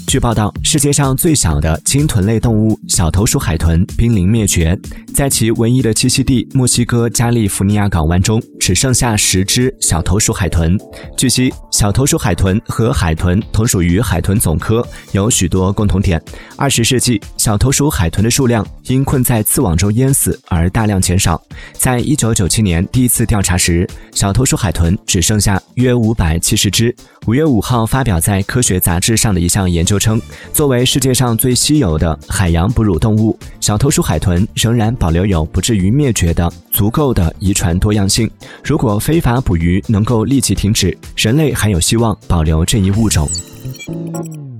据报道，世界上最小的鲸豚类动物小头鼠海豚濒临灭绝，在其唯一的栖息地墨西哥加利福尼亚港湾中，只剩下10只小头鼠海豚。据悉，小头鼠海豚和海豚同属于海豚总科，有许多共同点。20世纪，小头鼠海豚的数量因困在刺网中淹死而大量减少。在1997年第一次调查时，小头鼠海豚只剩下约570只。5月5号发表在科学杂志上的一项研究称，作为世界上最稀有的海洋哺乳动物，小头鼠海豚仍然保留有不至于灭绝的足够的遗传多样性。如果非法捕鱼能够立即停止，人类还有希望保留这一物种。